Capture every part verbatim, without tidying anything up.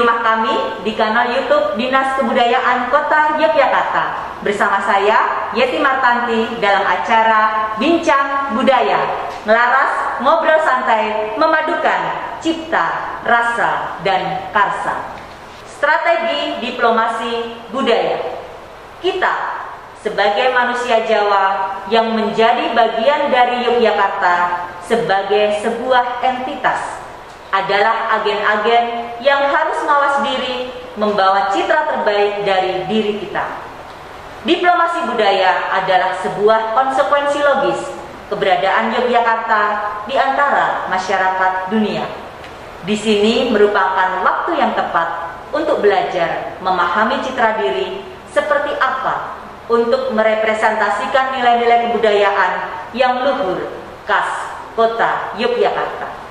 rumah kami di kanal YouTube Dinas Kebudayaan Kota Yogyakarta. Bersama saya, Yeti Martanti, dalam acara Bincang Budaya, ngelaras, ngobrol santai, memadukan cipta, rasa, dan karsa. Strategi diplomasi budaya. Kita, sebagai manusia Jawa yang menjadi bagian dari Yogyakarta sebagai sebuah entitas, adalah agen-agen yang harus mawas diri membawa citra terbaik dari diri kita. Diplomasi budaya adalah sebuah konsekuensi logis keberadaan Yogyakarta di antara masyarakat dunia. Di sini merupakan waktu yang tepat untuk belajar memahami citra diri seperti apa untuk merepresentasikan nilai-nilai kebudayaan yang luhur khas kota Yogyakarta.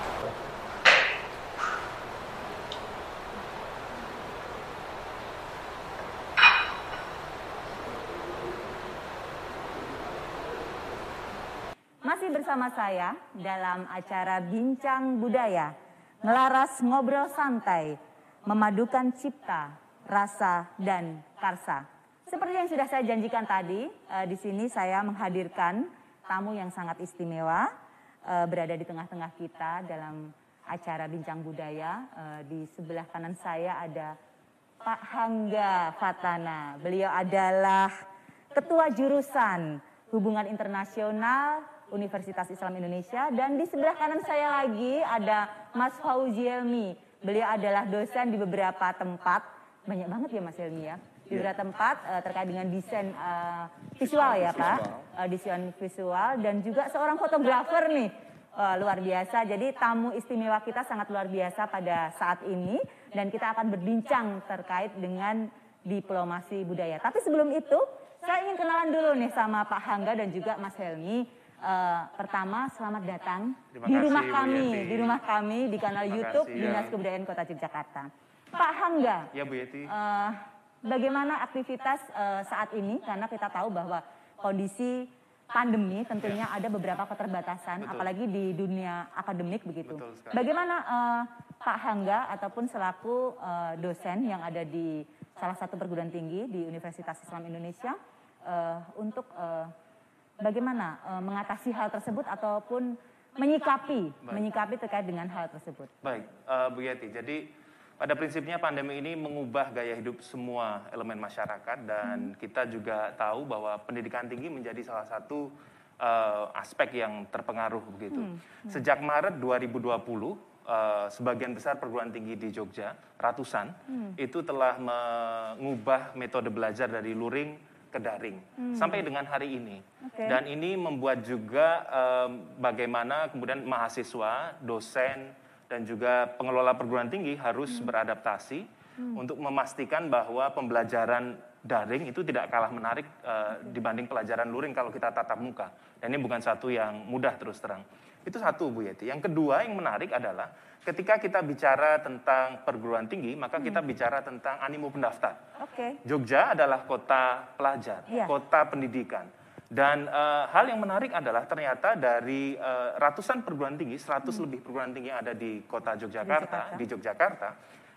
Masih bersama saya dalam acara Bincang Budaya, ngelaras ngobrol santai, memadukan cipta, rasa, dan karsa. Seperti yang sudah saya janjikan tadi, eh, di sini saya menghadirkan tamu yang sangat istimewa, eh, berada di tengah-tengah kita dalam acara Bincang Budaya. Eh, di sebelah kanan saya ada Pak Hangga Fatana. Beliau adalah Ketua Jurusan Hubungan Internasional Universitas Islam Indonesia, dan di sebelah kanan saya lagi ada Mas Fauzi Helmi. Beliau adalah dosen di beberapa tempat, banyak banget ya Mas Helmi ya, di beberapa tempat uh, terkait dengan desain uh, visual ya Pak, uh, desain visual, dan juga seorang fotografer nih, uh, luar biasa. Jadi tamu istimewa kita sangat luar biasa pada saat ini, dan kita akan berbincang terkait dengan diplomasi budaya. Tapi sebelum itu, saya ingin kenalan dulu nih sama Pak Hangga dan juga Mas Helmi. Uh, pertama, selamat datang Terima di kasih, rumah kami, Bu Yeti. di rumah kami di kanal Terima YouTube kasih, Dinas ya. Kebudayaan Kota Yogyakarta. Pak Hangga, ya Bu Yeti. Uh, bagaimana aktivitas uh, saat ini? Karena kita tahu bahwa kondisi pandemi tentunya ada beberapa keterbatasan, Betul. apalagi di dunia akademik begitu. Betul sekali. Bagaimana uh, Pak Hangga ataupun selaku uh, dosen yang ada di salah satu perguruan tinggi di Universitas Islam Indonesia uh, untuk uh, bagaimana uh, mengatasi hal tersebut ataupun menyikapi Baik. menyikapi terkait dengan hal tersebut? Baik, uh, Bu Yeti. Jadi pada prinsipnya pandemi ini mengubah gaya hidup semua elemen masyarakat, dan hmm. kita juga tahu bahwa pendidikan tinggi menjadi salah satu uh, aspek yang terpengaruh begitu. Hmm. Hmm. Sejak Maret dua ribu dua puluh, uh, sebagian besar perguruan tinggi di Jogja, ratusan, hmm. itu telah mengubah metode belajar dari luring ke daring hmm. sampai dengan hari ini. Okay. Dan ini membuat juga um, bagaimana kemudian mahasiswa, dosen, dan juga pengelola perguruan tinggi harus hmm. beradaptasi hmm. untuk memastikan bahwa pembelajaran daring itu tidak kalah menarik uh, okay. dibanding pelajaran luring kalau kita tatap muka. Dan ini bukan satu yang mudah terus terang. Itu satu, Bu Yeti. Yang kedua yang menarik adalah ketika kita bicara tentang perguruan tinggi, maka kita hmm. bicara tentang animo pendaftar. Okay. Jogja adalah kota pelajar, yeah. kota pendidikan. Dan uh, hal yang menarik adalah ternyata dari uh, ratusan perguruan tinggi, seratus hmm. lebih perguruan tinggi yang ada di kota Yogyakarta, di Yogyakarta,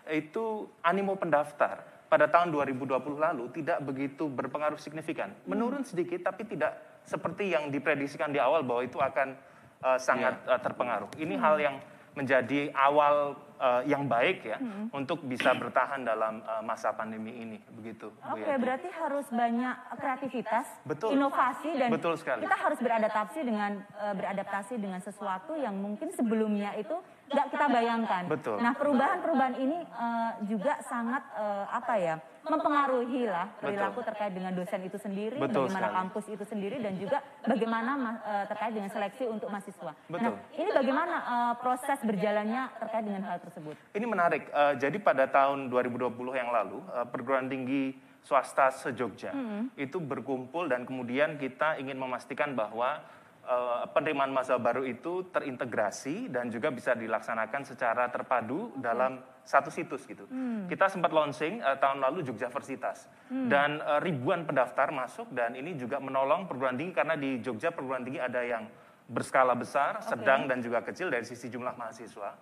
itu animo pendaftar pada tahun dua ribu dua puluh lalu tidak begitu berpengaruh signifikan. Menurun hmm. sedikit, tapi tidak seperti yang diprediksikan di awal bahwa itu akan uh, sangat yeah. uh, terpengaruh. Ini hmm. hal yang menjadi awal uh, yang baik ya hmm. untuk bisa bertahan dalam uh, masa pandemi ini, begitu. Oke, okay, berarti harus banyak kreativitas, Betul. inovasi, dan Betul sekali. kita harus beradaptasi dengan uh, beradaptasi dengan sesuatu yang mungkin sebelumnya itu nggak kita bayangkan. Betul. Nah, perubahan-perubahan ini uh, juga sangat uh, apa ya, mempengaruhi lah perilaku Betul. terkait dengan dosen itu sendiri, Betul bagaimana sekali. kampus itu sendiri, dan juga bagaimana uh, terkait dengan seleksi untuk mahasiswa. Betul. Nah, ini bagaimana uh, proses berjalannya terkait dengan hal tersebut? Ini menarik. Uh, jadi pada tahun dua ribu dua puluh yang lalu, uh, perguruan tinggi swasta se-Jogja hmm. itu berkumpul, dan kemudian kita ingin memastikan bahwa uh, penerimaan mahasiswa baru itu terintegrasi dan juga bisa dilaksanakan secara terpadu okay. dalam satu situs gitu. Hmm. Kita sempat launching uh, tahun lalu Jogjaversitas hmm. dan uh, ribuan pendaftar masuk, dan ini juga menolong perguruan tinggi karena di Jogja perguruan tinggi ada yang berskala besar, okay. sedang, dan juga kecil dari sisi jumlah mahasiswa.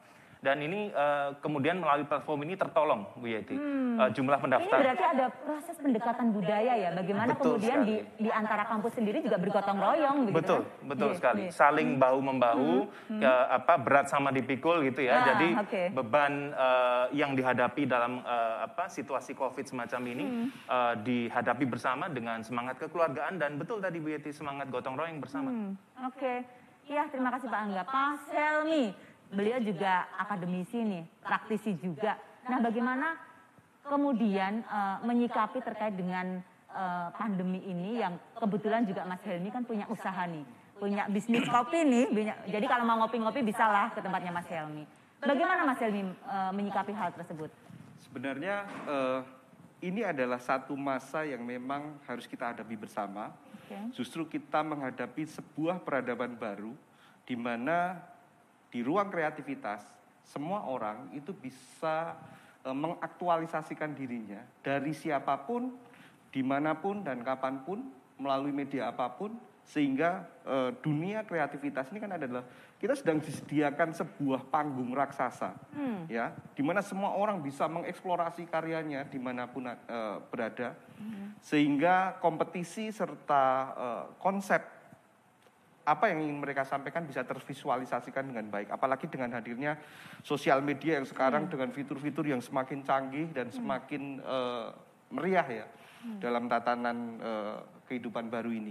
Dan ini uh, kemudian melalui platform ini tertolong, Bu Yeti, hmm. uh, jumlah pendaftar. Ini berarti ada proses pendekatan budaya ya, bagaimana betul kemudian di, di antara kampus sendiri juga bergotong royong, begitu betul, kan? betul yeah, sekali, yeah. saling bahu membahu, hmm. ke, apa berat sama dipikul gitu ya. Ah, Jadi okay. beban uh, yang dihadapi dalam uh, apa situasi COVID semacam ini hmm. uh, dihadapi bersama dengan semangat kekeluargaan dan betul tadi Bu Yeti, semangat gotong royong bersama. Hmm. Oke, okay. Iya terima kasih Pak Angga. Pak Helmi, beliau juga akademisi nih, praktisi juga. Nah, bagaimana kemudian uh, menyikapi terkait dengan uh, pandemi ini yang kebetulan juga Mas Helmi kan punya usaha nih, punya bisnis kopi nih. Jadi kalau mau ngopi-ngopi bisalah ke tempatnya Mas Helmi. Bagaimana Mas Helmi uh, menyikapi hal tersebut? Sebenarnya uh, ini adalah satu masa yang memang harus kita hadapi bersama. Okay. Justru kita menghadapi sebuah peradaban baru di mana di ruang kreativitas, semua orang itu bisa e, mengaktualisasikan dirinya dari siapapun, dimanapun dan kapanpun, melalui media apapun, sehingga e, dunia kreativitas ini kan adalah, kita sedang disediakan sebuah panggung raksasa, hmm. ya, di mana semua orang bisa mengeksplorasi karyanya dimanapun e, berada, hmm. sehingga kompetisi serta e, konsep apa yang ingin mereka sampaikan bisa tervisualisasikan dengan baik. Apalagi dengan hadirnya sosial media yang sekarang hmm. dengan fitur-fitur yang semakin canggih dan semakin hmm. uh, meriah ya hmm. dalam tatanan uh, kehidupan baru ini.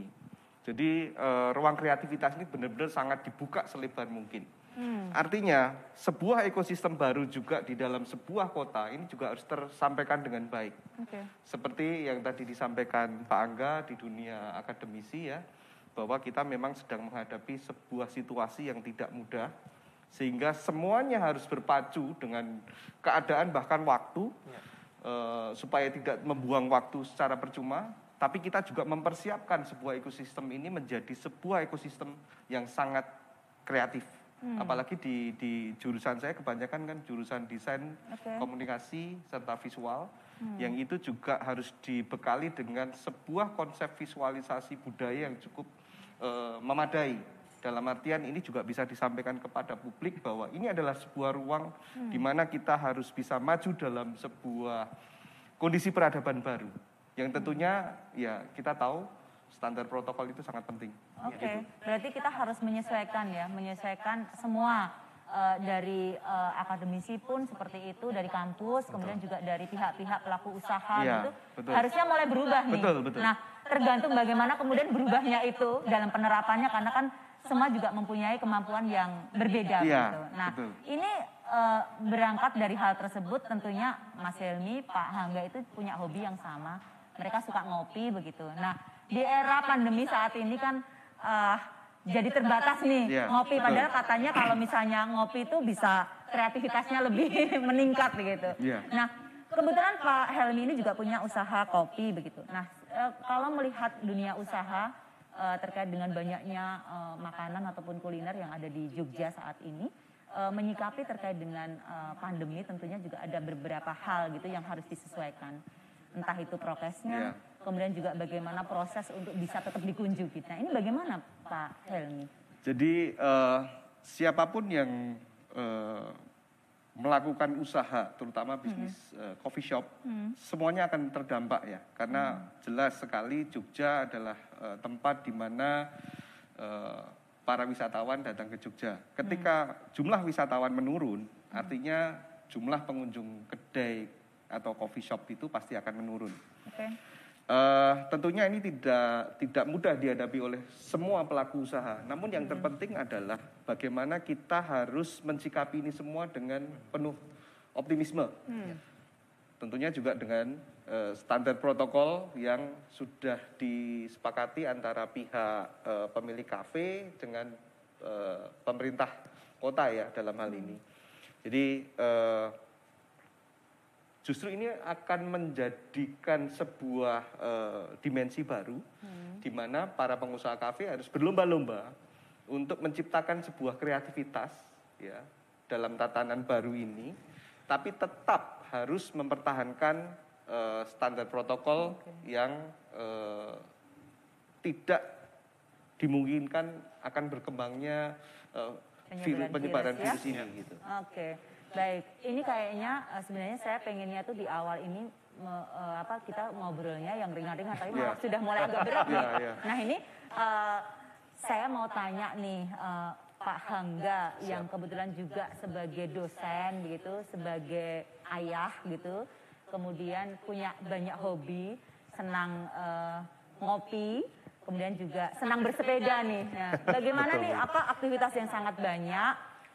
Jadi uh, ruang kreativitas ini benar-benar sangat dibuka selebar mungkin. Hmm. Artinya sebuah ekosistem baru juga di dalam sebuah kota ini juga harus tersampaikan dengan baik. Okay. Seperti yang tadi disampaikan Pak Angga di dunia akademisi ya, bahwa kita memang sedang menghadapi sebuah situasi yang tidak mudah, sehingga semuanya harus berpacu dengan keadaan bahkan waktu, ya. uh, supaya tidak membuang waktu secara percuma, tapi kita juga mempersiapkan sebuah ekosistem ini menjadi sebuah ekosistem yang sangat kreatif. Hmm. Apalagi di, di jurusan saya kebanyakan kan jurusan desain, okay. komunikasi, serta visual, hmm. yang itu juga harus dibekali dengan sebuah konsep visualisasi budaya yang cukup Uh, memadai. Dalam artian ini juga bisa disampaikan kepada publik bahwa ini adalah sebuah ruang hmm. di mana kita harus bisa maju dalam sebuah kondisi peradaban baru. Yang tentunya hmm. ya kita tahu standar protokol itu sangat penting. Oke, okay. gitu. Berarti kita harus menyesuaikan ya, menyesuaikan semua uh, dari uh, akademisi pun seperti itu, dari kampus, betul. Kemudian juga dari pihak-pihak pelaku usaha ya, gitu. Betul. Harusnya mulai berubah nih. Betul, betul. Nah, tergantung bagaimana kemudian berubahnya itu dalam penerapannya, karena kan semua juga mempunyai kemampuan yang berbeda ya, gitu. Nah, betul. ini uh, berangkat dari hal tersebut tentunya Mas Helmi, Pak Angga itu punya hobi yang sama. Mereka suka ngopi begitu. Nah, di era pandemi saat ini kan uh, jadi terbatas nih ya, ngopi. Padahal betul. Katanya kalau misalnya ngopi itu bisa kreativitasnya lebih meningkat begitu. Ya. Nah, kebetulan Pak Helmi ini juga punya usaha kopi begitu. Nah, e, kalau melihat dunia usaha e, terkait dengan banyaknya e, makanan ataupun kuliner yang ada di Jogja saat ini, e, menyikapi terkait dengan e, pandemi tentunya juga ada beberapa hal gitu yang harus disesuaikan. Entah itu prokesnya, yeah. kemudian juga bagaimana proses untuk bisa tetap dikunjungi. Nah, ini bagaimana Pak Helmi? Jadi uh, siapapun yang uh, melakukan usaha, terutama bisnis hmm. uh, coffee shop, hmm. semuanya akan terdampak ya, karena hmm. jelas sekali Jogja adalah uh, tempat di mana uh, para wisatawan datang ke Jogja. Ketika hmm. jumlah wisatawan menurun, hmm. artinya jumlah pengunjung kedai atau coffee shop itu pasti akan menurun. Okay. Uh, tentunya ini tidak tidak mudah dihadapi oleh semua pelaku usaha. Namun yang terpenting adalah bagaimana kita harus mensikapi ini semua dengan penuh optimisme. Hmm. Tentunya juga dengan uh, standar protokol yang sudah disepakati antara pihak uh, pemilik kafe dengan uh, pemerintah kota ya dalam hal ini. Jadi uh, justru ini akan menjadikan sebuah uh, dimensi baru, hmm. di mana para pengusaha kafe harus berlomba-lomba untuk menciptakan sebuah kreativitas ya dalam tatanan baru ini, tapi tetap harus mempertahankan uh, standar protokol okay. yang uh, tidak dimungkinkan akan berkembangnya uh, penyebaran, virus, penyebaran virus, virus, virus ya? ini. Gitu. Oke. Okay. Baik, ini kayaknya uh, sebenarnya saya pengennya tuh di awal ini me, uh, apa kita ngobrolnya yang ringan-ringan, tapi yeah. sudah mulai agak berat nih. Yeah, yeah. Nah ini uh, saya mau tanya nih uh, Pak Hangga Siap. yang kebetulan juga sebagai dosen begitu, sebagai ayah gitu, kemudian punya banyak hobi, senang uh, ngopi, kemudian juga senang bersepeda nih. Nah, bagaimana nih apa aktivitas yang sangat banyak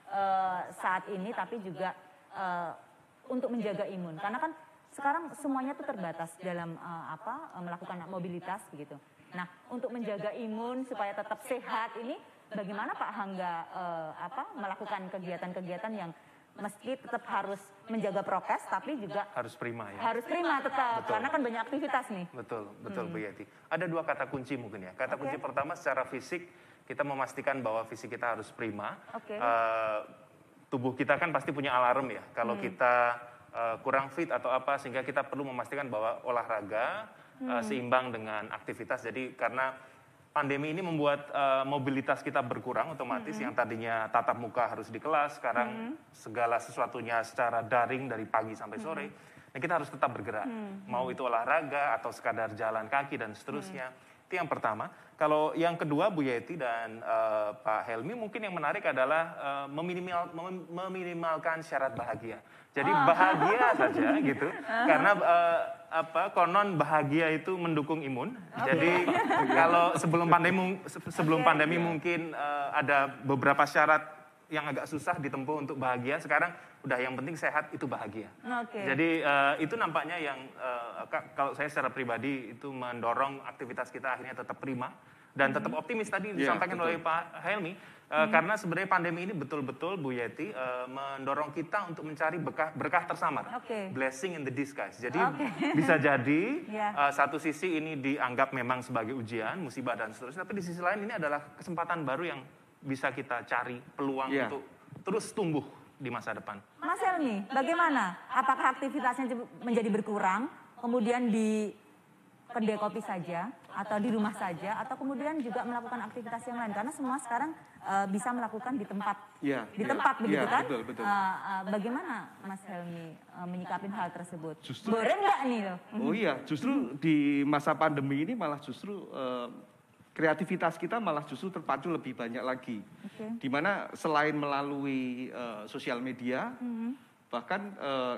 uh, saat ini, tapi juga uh, untuk menjaga imun, karena kan sekarang semuanya tuh terbatas dalam uh, apa uh, melakukan mobilitas begitu. Nah, untuk menjaga imun supaya tetap sehat ini, bagaimana Pak Hangga uh, apa melakukan kegiatan-kegiatan yang meski tetap harus menjaga prokes, tapi juga harus prima ya. Harus prima tetap, betul. Karena kan banyak aktivitas nih. Betul, betul hmm. Bu Yeti. Ada dua kata kunci mungkin ya. Kata okay. kunci pertama secara fisik, kita memastikan bahwa fisik kita harus prima. Okay. Uh, tubuh kita kan pasti punya alarm ya. Kalau hmm. kita uh, kurang fit atau apa, sehingga kita perlu memastikan bahwa olahraga hmm. uh, seimbang dengan aktivitas. Jadi karena pandemi ini membuat uh, mobilitas kita berkurang otomatis, mm-hmm. yang tadinya tatap muka harus di kelas, sekarang mm-hmm. segala sesuatunya secara daring dari pagi sampai sore. Mm-hmm. Nah, kita harus tetap bergerak, mm-hmm. mau itu olahraga atau sekadar jalan kaki dan seterusnya. Mm-hmm. Itu yang pertama. Kalau yang kedua Bu Yeti dan uh, Pak Helmi, mungkin yang menarik adalah uh, meminimal, mem, meminimalkan syarat bahagia. Jadi oh. bahagia saja gitu, karena uh, apa konon bahagia itu mendukung imun. Okay. Jadi kalau sebelum pandemi sebelum okay. pandemi mungkin uh, ada beberapa syarat yang agak susah ditempuh untuk bahagia. Sekarang udah yang penting sehat itu bahagia. Okay. Jadi uh, itu nampaknya yang uh, kalau saya secara pribadi itu mendorong aktivitas kita akhirnya tetap prima dan tetap optimis tadi disampaikan yeah, oleh Pak Helmi. Uh, hmm. Karena sebenarnya pandemi ini betul-betul Bu Yeti uh, mendorong kita untuk mencari berkah, berkah tersamar, okay. blessing in the disguise. Jadi okay. bisa jadi yeah. uh, satu sisi ini dianggap memang sebagai ujian, musibah dan seterusnya, tapi di sisi lain ini adalah kesempatan baru yang bisa kita cari peluang yeah. untuk terus tumbuh di masa depan. Mas Helmi, bagaimana? Apakah aktivitasnya menjadi berkurang, kemudian di kedai kopi saja, atau di rumah saja, atau kemudian juga melakukan aktivitas yang lain? Karena semua sekarang uh, bisa melakukan di tempat, ya, di ya, tempat begitu ya, kan? Betul, betul. Uh, uh, bagaimana Mas Helmi uh, menyikapi hal tersebut? Justru, boleh nggak nih loh? Oh iya, justru di masa pandemi ini malah justru uh, kreativitas kita malah justru terpacu lebih banyak lagi. Okay. Dimana selain melalui uh, sosial media, mm-hmm. bahkan uh,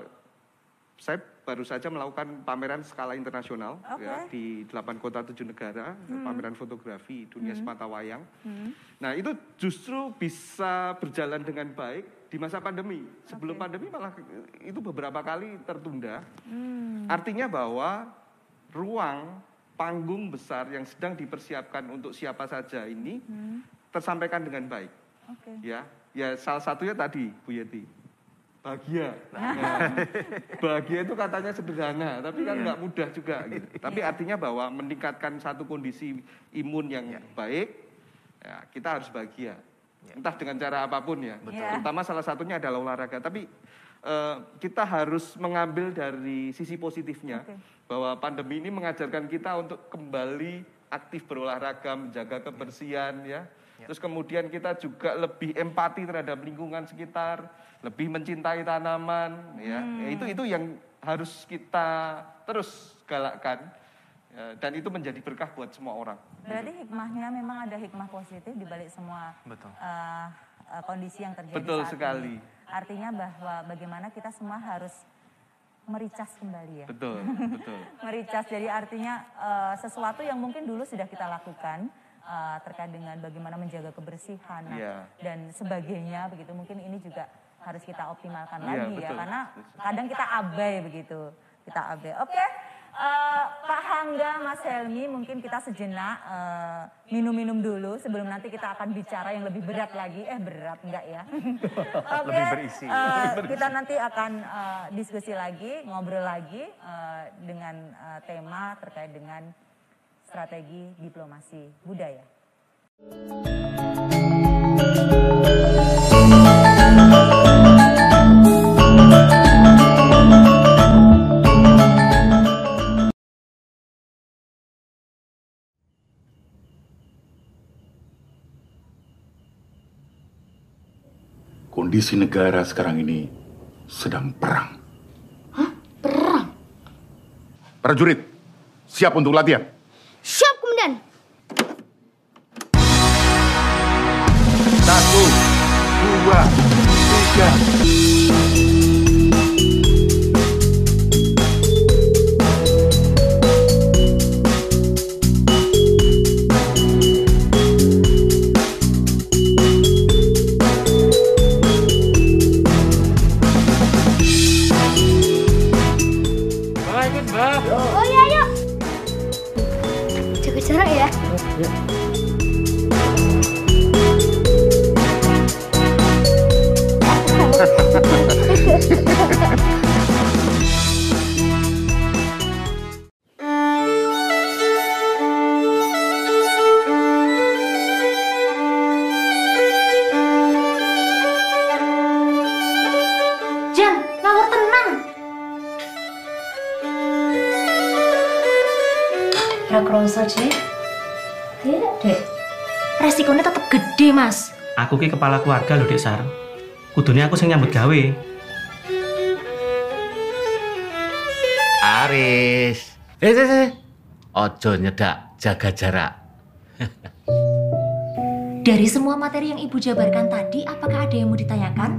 saya baru saja melakukan pameran skala internasional okay. ya, di delapan kota tujuh negara, hmm. pameran fotografi dunia hmm. semata wayang. Hmm. Nah itu justru bisa berjalan dengan baik di masa pandemi. Sebelum okay. pandemi malah itu beberapa kali tertunda. Hmm. Artinya bahwa ruang panggung besar yang sedang dipersiapkan untuk siapa saja ini hmm. tersampaikan dengan baik. Okay. Ya, ya salah satunya tadi Bu Yeti. Bahagia, nah, bahagia itu katanya sederhana, tapi kan nggak mudah juga. Gitu. Tapi artinya bahwa meningkatkan satu kondisi imun yang ya. baik, ya, kita harus bahagia, ya. entah dengan cara apapun ya. Betul. Terutama salah satunya adalah olahraga. Tapi uh, kita harus mengambil dari sisi positifnya, okay. bahwa pandemi ini mengajarkan kita untuk kembali aktif berolahraga, menjaga kebersihan, ya. ya. Terus kemudian kita juga lebih empati terhadap lingkungan sekitar. Lebih mencintai tanaman, ya. Hmm. ya itu itu yang harus kita terus galakkan, ya, dan itu menjadi berkah buat semua orang. Berarti hikmahnya memang ada hikmah positif di balik semua uh, kondisi yang terjadi Betul saat sekali. ini. Artinya bahwa bagaimana kita semua harus mericas kembali ya. Betul, betul. Mericas, jadi artinya uh, sesuatu yang mungkin dulu sudah kita lakukan. Uh, terkait dengan bagaimana menjaga kebersihan nah, yeah. dan sebagainya begitu, mungkin ini juga harus kita optimalkan yeah, lagi betul. ya, karena kadang kita abai begitu, kita abai. Oke, okay. uh, Pak Hangga, Mas Helmi, mungkin kita sejenak uh, minum-minum dulu sebelum nanti kita akan bicara yang lebih berat lagi. Eh berat enggak ya? Oke, okay. uh, kita nanti akan uh, diskusi lagi, ngobrol lagi uh, dengan uh, tema terkait dengan strategi diplomasi budaya. Kondisi negara sekarang ini sedang perang. Hah? Perang? Prajurit, siap untuk latihan. Siap, Komandan. Satu, dua, tiga. Oh iya, yuk. Jaga jarak ya. Ya. Jan, ngawur tenang. Ra kroso, Dek. Iya, Dek. Resikonya tetap gede, Mas. Aku ki kepala keluarga lho, Dek Sar. Kudune aku sing nyambut gawe. Aris. Eh, eh, eh. Ojo nyedak, jaga jarak. Dari semua materi yang Ibu jabarkan tadi, apakah ada yang mau ditanyakan?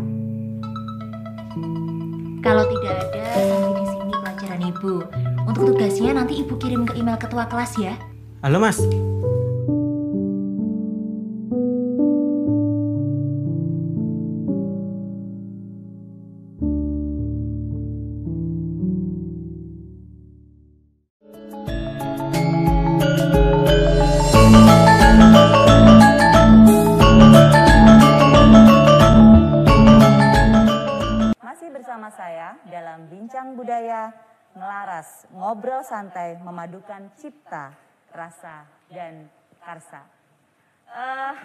Kalau tidak ada, sampai di sini pelajaran Ibu. Untuk tugasnya nanti Ibu kirim ke email ketua kelas ya. Halo, Mas. Masih bersama saya dalam Bincang Budaya Ngelaras, ngobrol santai memadukan cipta, rasa, dan karsa. Uh,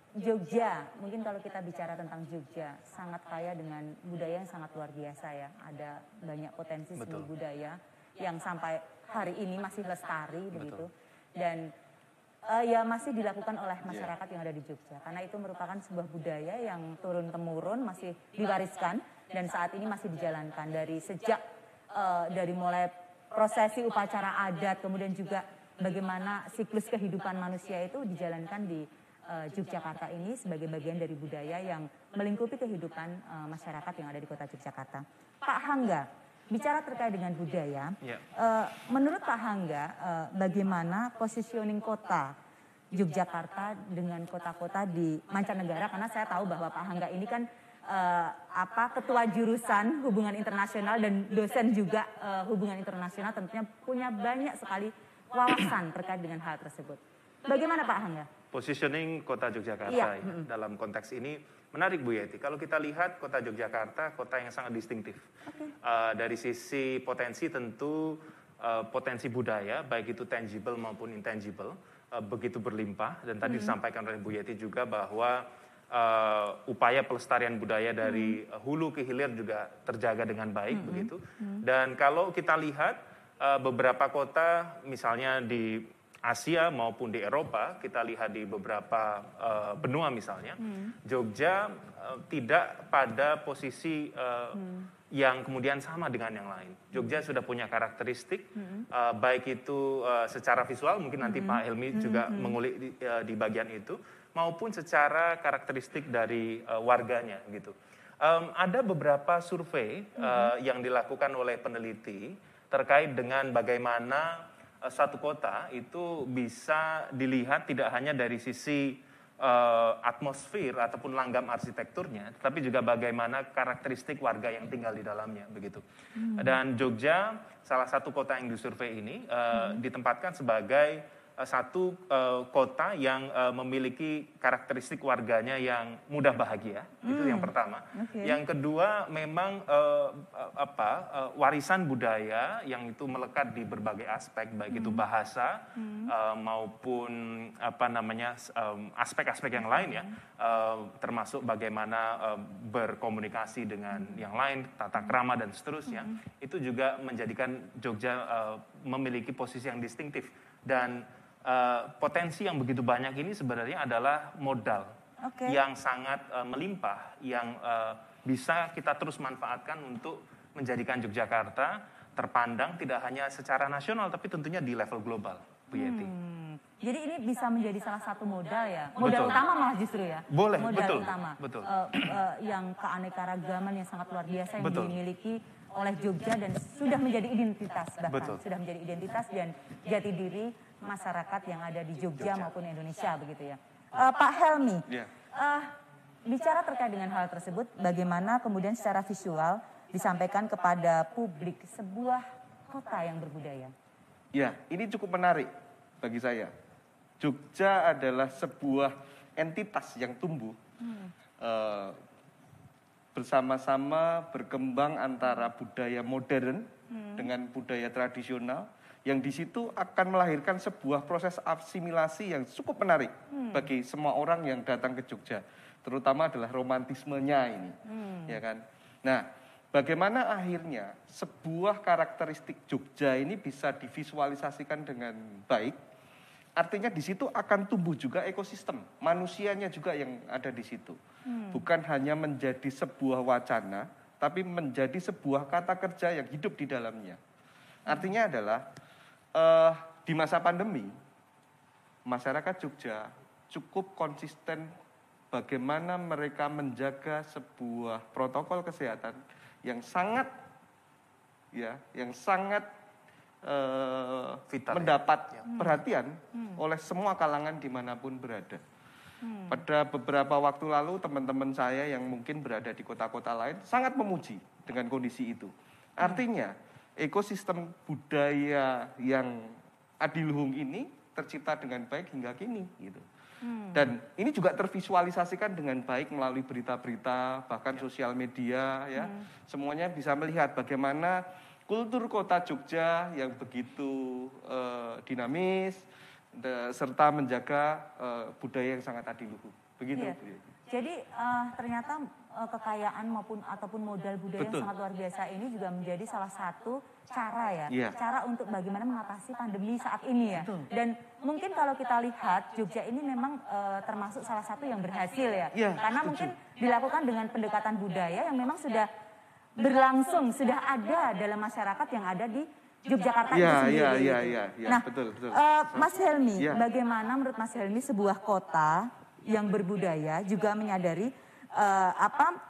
Jogja, mungkin kalau kita bicara tentang Jogja, sangat kaya dengan budaya yang sangat luar biasa ya. Ada banyak potensi seni Betul. budaya yang sampai hari ini masih lestari begitu. Dan uh, ya masih dilakukan oleh masyarakat yang ada di Jogja. Karena itu merupakan sebuah budaya yang turun-temurun, masih diwariskan dan saat ini masih dijalankan dari sejak Uh, dari mulai prosesi upacara adat, kemudian juga bagaimana siklus kehidupan manusia itu dijalankan di uh, Yogyakarta ini sebagai bagian dari budaya yang melingkupi kehidupan uh, masyarakat yang ada di kota Yogyakarta. Pak Hangga, bicara terkait dengan budaya, Ya. uh, menurut Pak Hangga, uh, bagaimana positioning kota Yogyakarta dengan kota-kota di mancanegara? Karena saya tahu bahwa Pak Hangga ini kan Uh, apa ketua jurusan hubungan internasional dan dosen juga uh, hubungan internasional, tentunya punya banyak sekali wawasan terkait dengan hal tersebut. Bagaimana Pak Hangga? Positioning kota Yogyakarta Iya. ya, dalam konteks ini menarik Bu Yeti. Kalau kita lihat kota Yogyakarta, kota yang sangat distintif. Okay. Uh, dari sisi potensi tentu uh, potensi budaya, baik itu tangible maupun intangible, uh, begitu berlimpah. Dan tadi Hmm. disampaikan oleh Bu Yeti juga bahwa Uh, upaya pelestarian budaya dari uh, hulu ke hilir juga terjaga dengan baik Hmm. begitu. Hmm. Dan kalau kita lihat uh, beberapa kota misalnya di Asia maupun di Eropa, kita lihat di beberapa uh, benua misalnya, Hmm. Jogja uh, tidak pada posisi uh, Hmm. yang kemudian sama dengan yang lain. Jogja sudah punya karakteristik, Hmm. uh, baik itu uh, secara visual, mungkin nanti Hmm. Pak Helmi Hmm. juga Hmm. mengulik di, uh, di bagian itu, maupun secara karakteristik dari uh, warganya gitu. Um, ada beberapa survei uh, yang dilakukan oleh peneliti terkait dengan bagaimana uh, suatu kota itu bisa dilihat tidak hanya dari sisi uh, atmosfer ataupun langgam arsitekturnya, tetapi juga bagaimana karakteristik warga yang tinggal di dalamnya begitu. Hmm. Dan Jogja salah satu kota yang disurvei ini uh, Hmm. ditempatkan sebagai satu uh, kota yang uh, memiliki karakteristik warganya yang mudah bahagia, Hmm. itu yang pertama. Okay. Yang kedua memang uh, apa uh, warisan budaya yang itu melekat di berbagai aspek, baik itu bahasa Hmm. uh, maupun apa namanya um, aspek-aspek yang lain ya, uh, termasuk bagaimana uh, berkomunikasi dengan yang lain, tata krama dan seterusnya, itu juga menjadikan Jogja uh, memiliki posisi yang distintif. Dan Uh, potensi yang begitu banyak ini sebenarnya adalah modal Oke. yang sangat uh, melimpah, yang uh, bisa kita terus manfaatkan untuk menjadikan Yogyakarta terpandang tidak hanya secara nasional tapi tentunya di level global, Bu Yeti. Hmm. Jadi ini bisa menjadi salah satu modal ya, modal Betul. utama malah justru ya. Boleh, modal betul, utama. betul. Uh, uh, yang keanekaragaman yang sangat luar biasa yang Betul. dimiliki oleh Jogja dan sudah menjadi identitas bahkan Betul. sudah menjadi identitas dan jati diri masyarakat yang ada di Jogja, Jogja. maupun Indonesia begitu ya. Uh, Pak Helmi, Ya. uh, bicara terkait dengan hal tersebut, bagaimana kemudian secara visual disampaikan kepada publik sebuah kota yang berbudaya? Ya, ini cukup menarik bagi saya. Jogja adalah sebuah entitas yang tumbuh Hmm. eh, bersama-sama berkembang antara budaya modern Hmm. dengan budaya tradisional, yang di situ akan melahirkan sebuah proses asimilasi yang cukup menarik Hmm. bagi semua orang yang datang ke Jogja, terutama adalah romantismenya ini, Hmm. ya kan? Nah, bagaimana akhirnya sebuah karakteristik Jogja ini bisa divisualisasikan dengan baik? Artinya di situ akan tumbuh juga ekosistem, manusianya juga yang ada di situ. Hmm. Bukan hanya menjadi sebuah wacana, tapi menjadi sebuah kata kerja yang hidup di dalamnya. Artinya adalah eh, di masa pandemi, masyarakat Jogja cukup konsisten bagaimana mereka menjaga sebuah protokol kesehatan yang sangat, ya, yang sangat eh, Vital, mendapat ya. perhatian Hmm. oleh semua kalangan dimanapun berada. Hmm. Pada beberapa waktu lalu teman-teman saya yang mungkin berada di kota-kota lain sangat memuji dengan kondisi itu. Artinya ekosistem budaya yang adiluhung ini tercipta dengan baik hingga kini gitu. Hmm. Dan ini juga tervisualisasikan dengan baik melalui berita-berita, bahkan sosial media ya. Hmm. Semuanya bisa melihat bagaimana kultur kota Jogja yang begitu eh, dinamis de- serta menjaga eh, budaya yang sangat adiluhung. Begitu. Iya. Bu Yeti. Jadi eh, ternyata eh, kekayaan maupun ataupun modal budaya Betul. yang sangat luar biasa ini juga menjadi salah satu cara ya, Iya. cara untuk bagaimana mengatasi pandemi saat ini ya. Dan mungkin kalau kita lihat Jogja ini memang eh, termasuk salah satu yang berhasil ya, Iya, karena setuju. mungkin dilakukan dengan pendekatan budaya yang memang sudah berlangsung, sudah ada dalam masyarakat yang ada di Yogyakarta itu Iya, sendiri. iya, gitu. iya, iya, iya, Nah, betul, betul. eh, Mas Helmi, Iya. bagaimana menurut Mas Helmi sebuah kota yang berbudaya juga menyadari eh, apa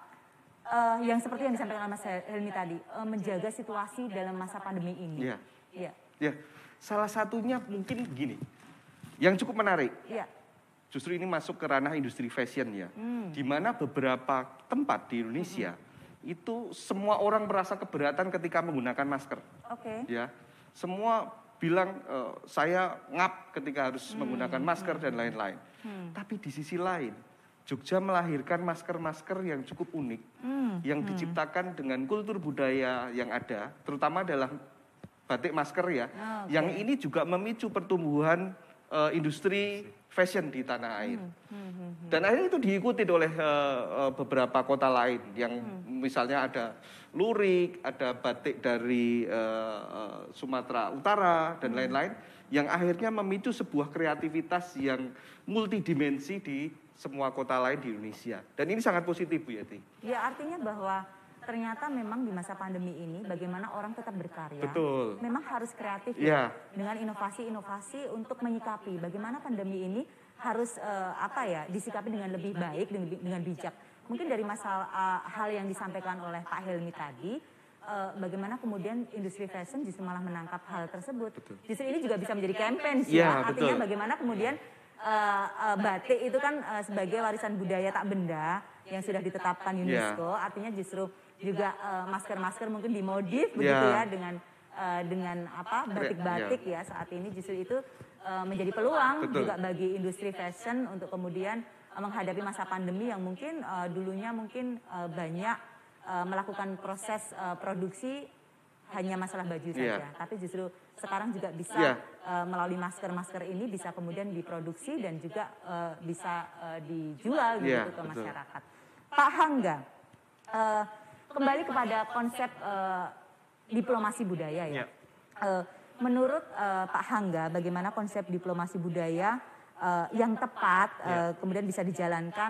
eh, yang seperti yang disampaikan oleh Mas Helmi tadi, eh, menjaga situasi dalam masa pandemi ini. Iya. Iya. Ya, salah satunya mungkin gini, yang cukup menarik. Iya. Justru ini masuk ke ranah industri fashion ya, Hmm. di mana beberapa tempat di Indonesia itu semua orang merasa keberatan ketika menggunakan masker. Oke. Ya, semua bilang eh, saya ngap ketika harus menggunakan masker dan lain-lain. Hmm. Tapi di sisi lain, Jogja melahirkan masker-masker yang cukup unik, Hmm. yang diciptakan dengan kultur budaya yang ada, terutama adalah batik masker ya, Oke. yang ini juga memicu pertumbuhan eh, industri fashion di tanah air. Hmm, hmm, hmm. Dan akhirnya itu diikuti oleh eh, eh, beberapa kota lain yang misalnya ada lurik, ada batik dari eh, eh, Sumatera Utara dan lain-lain, yang akhirnya memicu sebuah kreativitas yang multidimensi di semua kota lain di Indonesia. Dan ini sangat positif, Bu Yeti. Ya artinya bahwa ternyata memang di masa pandemi ini bagaimana orang tetap berkarya. Betul. Memang harus kreatif Iya. ya, dengan inovasi-inovasi untuk menyikapi bagaimana pandemi ini harus eh, apa ya disikapi dengan lebih baik dengan, dengan bijak. Mungkin dari masalah eh, hal yang disampaikan oleh Pak Helmi tadi, eh, bagaimana kemudian industri fashion justru malah menangkap hal tersebut. Justru ini juga bisa menjadi campaign sih Iya, ya. Artinya betul. bagaimana kemudian eh, eh, batik itu kan eh, sebagai warisan budaya tak benda yang sudah ditetapkan UNESCO. Artinya justru juga eh, masker-masker mungkin dimodif begitu Ya. ya dengan eh, dengan apa batik-batik ya saat ini justru itu eh, menjadi peluang Betul. juga bagi industri fashion untuk kemudian eh, menghadapi masa pandemi yang mungkin eh, dulunya mungkin eh, banyak eh, melakukan proses eh, produksi hanya masalah baju Iya. saja, tapi justru sekarang juga bisa Iya. eh, melalui masker-masker ini bisa kemudian diproduksi dan juga eh, bisa eh, dijual gitu Iya, ke betul. masyarakat. Pak Hangga, eh, kembali kepada konsep eh, diplomasi budaya ya. Ya. Eh, menurut eh, Pak Hangga, bagaimana konsep diplomasi budaya eh, yang tepat eh, kemudian bisa dijalankan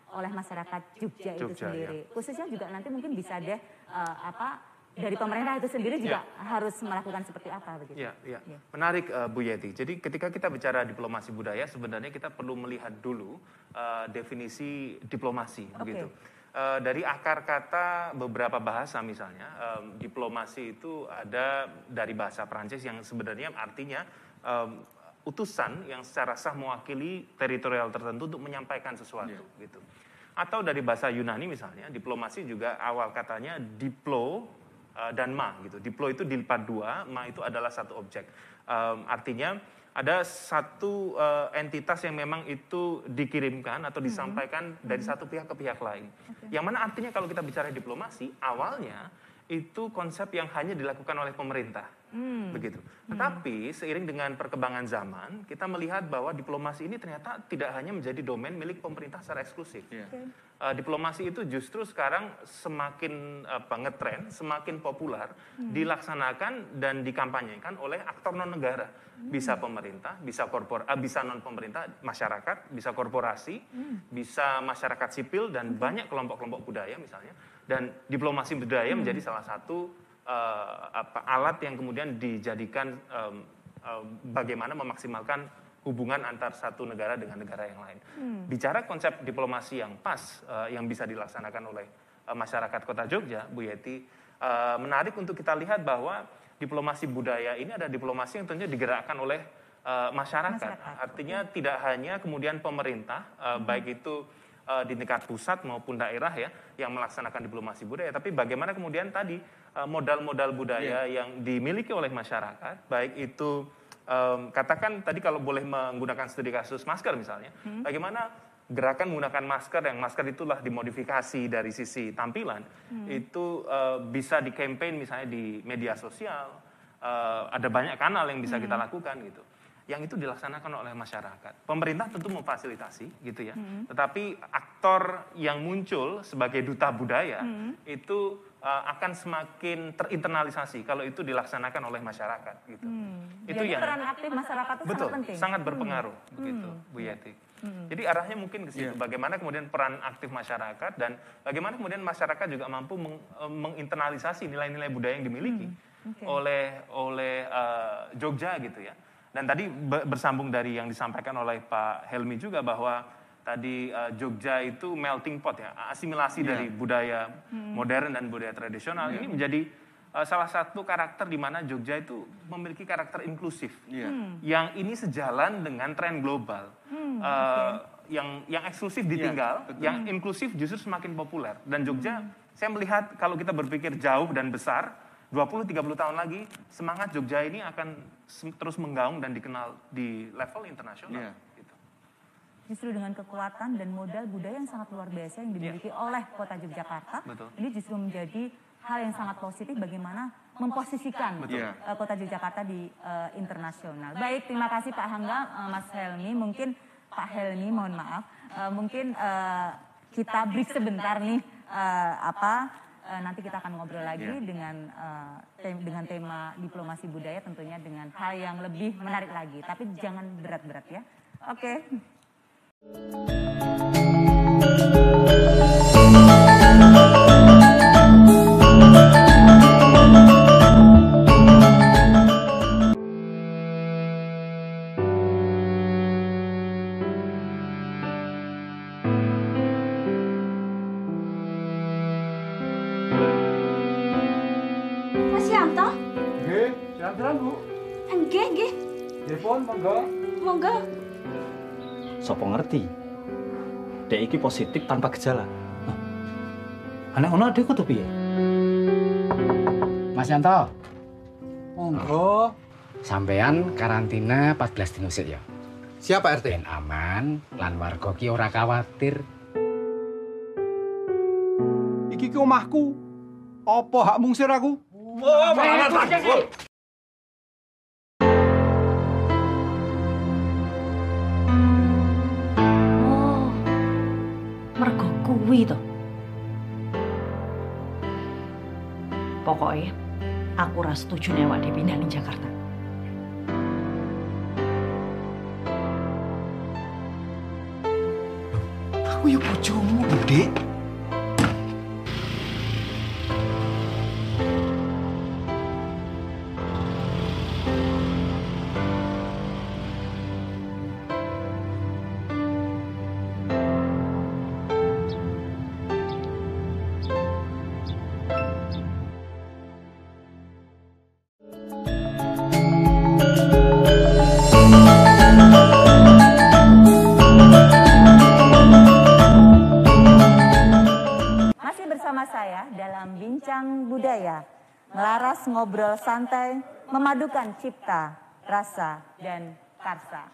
oleh masyarakat Jogja, itu Jogja, sendiri. Ya. Khususnya juga nanti mungkin bisa deh uh, apa dari pemerintah itu sendiri juga ya. harus melakukan seperti apa begitu. Ya, ya. Ya. Menarik uh, Bu Yeti. Jadi ketika kita bicara diplomasi budaya, sebenarnya kita perlu melihat dulu uh, definisi diplomasi, okay. begitu. Uh, dari akar kata beberapa bahasa misalnya, um, diplomasi itu ada dari bahasa Perancis yang sebenarnya artinya um, utusan yang secara sah mewakili teritorial tertentu untuk menyampaikan sesuatu, yeah. gitu. Atau dari bahasa Yunani misalnya, diplomasi juga awal katanya diplo uh, dan ma, gitu. Diplo itu dilipat dua, ma itu adalah satu objek. Um, artinya ada satu uh, entitas yang memang itu dikirimkan atau disampaikan mm-hmm. dari satu pihak ke pihak lain. Okay. Yang mana artinya kalau kita bicara diplomasi, awalnya itu konsep yang hanya dilakukan oleh pemerintah. Hmm. Begitu. Tetapi seiring dengan perkembangan zaman, kita melihat bahwa diplomasi ini ternyata tidak hanya menjadi domain milik pemerintah secara eksklusif. Yeah. Okay. Uh, diplomasi itu justru sekarang semakin apa, ngetren, semakin populer, hmm. dilaksanakan dan dikampanyekan oleh aktor non-negara. Hmm. Bisa pemerintah, bisa korpor, uh, bisa non-pemerintah, masyarakat, bisa korporasi, hmm. bisa masyarakat sipil, dan hmm. banyak kelompok-kelompok budaya misalnya. Dan diplomasi budaya hmm. menjadi salah satu uh, apa, alat yang kemudian dijadikan um, uh, bagaimana memaksimalkan hubungan antar satu negara dengan negara yang lain. Hmm. Bicara konsep diplomasi yang pas, uh, yang bisa dilaksanakan oleh uh, masyarakat Kota Jogja, Bu Yeti, uh, menarik untuk kita lihat bahwa diplomasi budaya ini ada diplomasi yang tentunya digerakkan oleh uh, masyarakat. masyarakat. Artinya okay. tidak hanya kemudian pemerintah, uh, hmm. baik itu di tingkat pusat maupun daerah ya yang melaksanakan diplomasi budaya, tapi bagaimana kemudian tadi modal-modal budaya yeah. yang dimiliki oleh masyarakat, baik itu um, katakan tadi kalau boleh menggunakan studi kasus masker misalnya, hmm. bagaimana gerakan menggunakan masker yang masker itulah dimodifikasi dari sisi tampilan hmm. itu uh, bisa di campaign misalnya di media sosial, uh, ada banyak kanal yang bisa hmm. kita lakukan gitu. Yang itu dilaksanakan oleh masyarakat. Pemerintah tentu memfasilitasi gitu ya. Hmm. Tetapi aktor yang muncul sebagai duta budaya hmm. itu uh, akan semakin terinternalisasi kalau itu dilaksanakan oleh masyarakat gitu. Hmm. Itu jadi yang peran aktif masyarakat itu betul, sangat penting. sangat berpengaruh hmm. begitu, hmm. Bu Yeti. Hmm. Jadi arahnya mungkin ke situ. Yeah. Bagaimana kemudian peran aktif masyarakat dan bagaimana kemudian masyarakat juga mampu meng, menginternalisasi nilai-nilai budaya yang dimiliki hmm. okay. oleh oleh uh, Jogja gitu ya. Dan tadi bersambung dari yang disampaikan oleh Pak Helmi juga bahwa tadi uh, Jogja itu melting pot ya, asimilasi yeah. dari budaya hmm. modern dan budaya tradisional. Yeah. Ini menjadi uh, salah satu karakter di mana Jogja itu memiliki karakter inklusif. Yeah. Hmm. Yang ini sejalan dengan tren global. Hmm, uh, okay. Yang yang eksklusif ditinggal, yeah, yang inklusif justru semakin populer. Dan Jogja, hmm. saya melihat kalau kita berpikir jauh dan besar, dua puluh sampai tiga puluh tahun lagi, semangat Jogja ini akan terus menggaung dan dikenal di level internasional. Yeah. Gitu. Justru dengan kekuatan dan modal budaya yang sangat luar biasa yang dimiliki yeah. oleh Kota Yogyakarta, Betul. ini justru menjadi hal yang sangat positif bagaimana memposisikan yeah. uh, Kota Yogyakarta di uh, internasional. Baik, terima kasih Pak Hangga, uh, Mas Helmi. Mungkin Pak Helmi, mohon maaf, uh, mungkin uh, kita break sebentar nih, uh, apa... nanti kita akan ngobrol lagi yeah. dengan uh, tem- dengan tema diplomasi budaya, tentunya dengan hal yang lebih menarik lagi. Tapi jangan berat-berat ya. Oke. Okay. Monggo. Monggo. Sopo ngerti? Dek iki positif tanpa gejala. Nah, anak ono adekku tuh piye? Mas Yanto. Monggo. Sampean karantina empat belas dino sik ya. Siapa R T? Ben aman, lan warga ki ora kuwatir. Iki ki omahku. Apa hak mungsir aku? Wah, oh, kuwi to. Pokoknya aku ora setuju nek awake pindah ning Jakarta. Aku Iku ya bojomu, Dek. Saya dalam Bincang Budaya, melaras ngobrol santai, memadukan cipta, rasa, dan karsa.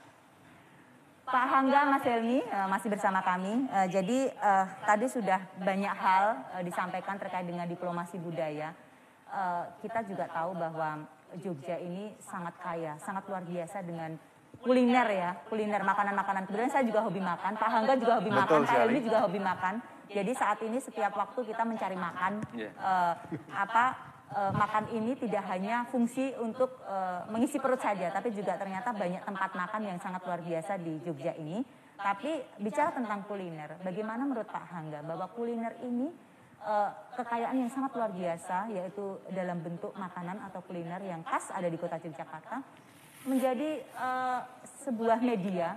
Pak Hangga, Mas Helmi uh, masih bersama kami. Uh, jadi uh, tadi sudah banyak hal uh, disampaikan terkait dengan diplomasi budaya. Uh, kita juga tahu bahwa Jogja ini sangat kaya, sangat luar biasa dengan kuliner ya, kuliner makanan-makanan. Kemudian saya juga hobi makan, Pak Hangga juga hobi makan, Pak Helmi juga hobi makan. Jadi saat ini setiap waktu kita mencari makan, yeah. uh, apa uh, makan ini tidak hanya fungsi untuk uh, mengisi perut saja, tapi juga ternyata banyak tempat makan yang sangat luar biasa di Jogja ini. Tapi bicara tentang kuliner, bagaimana menurut Pak Hangga bahwa kuliner ini uh, kekayaan yang sangat luar biasa, yaitu dalam bentuk makanan atau kuliner yang khas ada di kota Yogyakarta, menjadi uh, sebuah media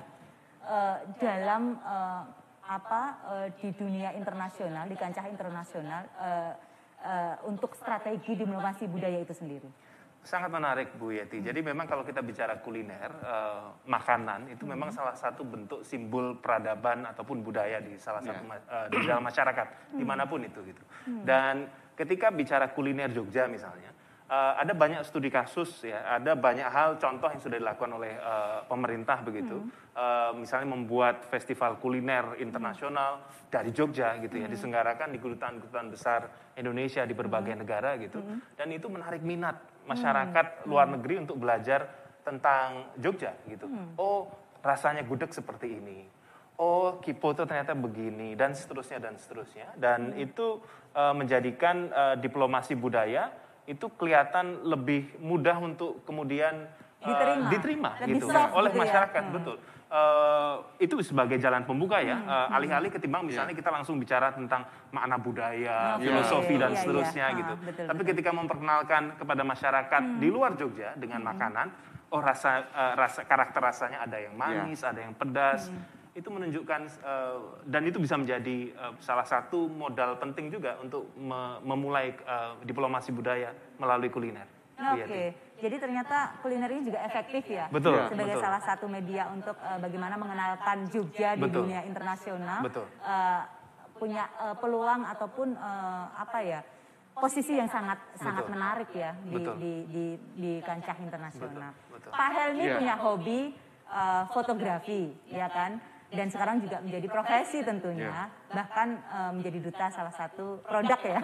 uh, dalam uh, apa uh, di dunia internasional, di kancah internasional uh, uh, untuk strategi diplomasi budaya itu sendiri. Sangat menarik Bu Yeti. Jadi memang kalau kita bicara kuliner, uh, makanan itu hmm. memang salah satu bentuk simbol peradaban ataupun budaya di salah satu yeah. uh, di dalam masyarakat hmm. dimanapun itu gitu. Hmm. Dan ketika bicara kuliner Jogja misalnya, Uh, ada banyak studi kasus ya, ada banyak hal contoh yang sudah dilakukan oleh uh, pemerintah begitu, hmm. uh, misalnya membuat festival kuliner internasional hmm. dari Jogja gitu ya, hmm. diselenggarakan di kedutaan-kedutaan besar Indonesia di berbagai hmm. negara gitu, hmm. dan itu menarik minat masyarakat hmm. luar negeri untuk belajar tentang Jogja gitu. Hmm. Oh, rasanya gudeg seperti ini. Oh, Kipoto ternyata begini dan seterusnya dan seterusnya, dan hmm. itu uh, menjadikan uh, diplomasi budaya itu kelihatan lebih mudah untuk kemudian diterima, uh, diterima gitu ya, oleh gitu masyarakat, ya? Betul. Uh, itu sebagai jalan pembuka ya, hmm, uh, alih-alih ketimbang misalnya yeah. kita langsung bicara tentang makna budaya, yeah. filosofi yeah. dan yeah, seterusnya yeah. gitu. Ah, betul, Tapi betul. ketika memperkenalkan kepada masyarakat hmm. di luar Jogja dengan hmm. makanan, oh rasa uh, rasa karakter rasanya ada yang manis, yeah. ada yang pedas. Hmm. Itu menunjukkan uh, dan itu bisa menjadi uh, salah satu modal penting juga untuk me memulai uh, diplomasi budaya melalui kuliner. Oke, okay. Jadi ternyata kuliner ini juga efektif ya, betul, sebagai betul. salah satu media untuk uh, bagaimana mengenalkan Jogja di betul. dunia internasional, betul. Uh, punya uh, peluang ataupun uh, apa ya posisi yang sangat betul. sangat menarik ya di, di, di, di kancah internasional. Betul, betul. Pak Helmi yeah. punya hobi uh, fotografi, ya kan? Dan sekarang juga menjadi profesi tentunya, yeah. bahkan uh, menjadi duta salah satu produk ya.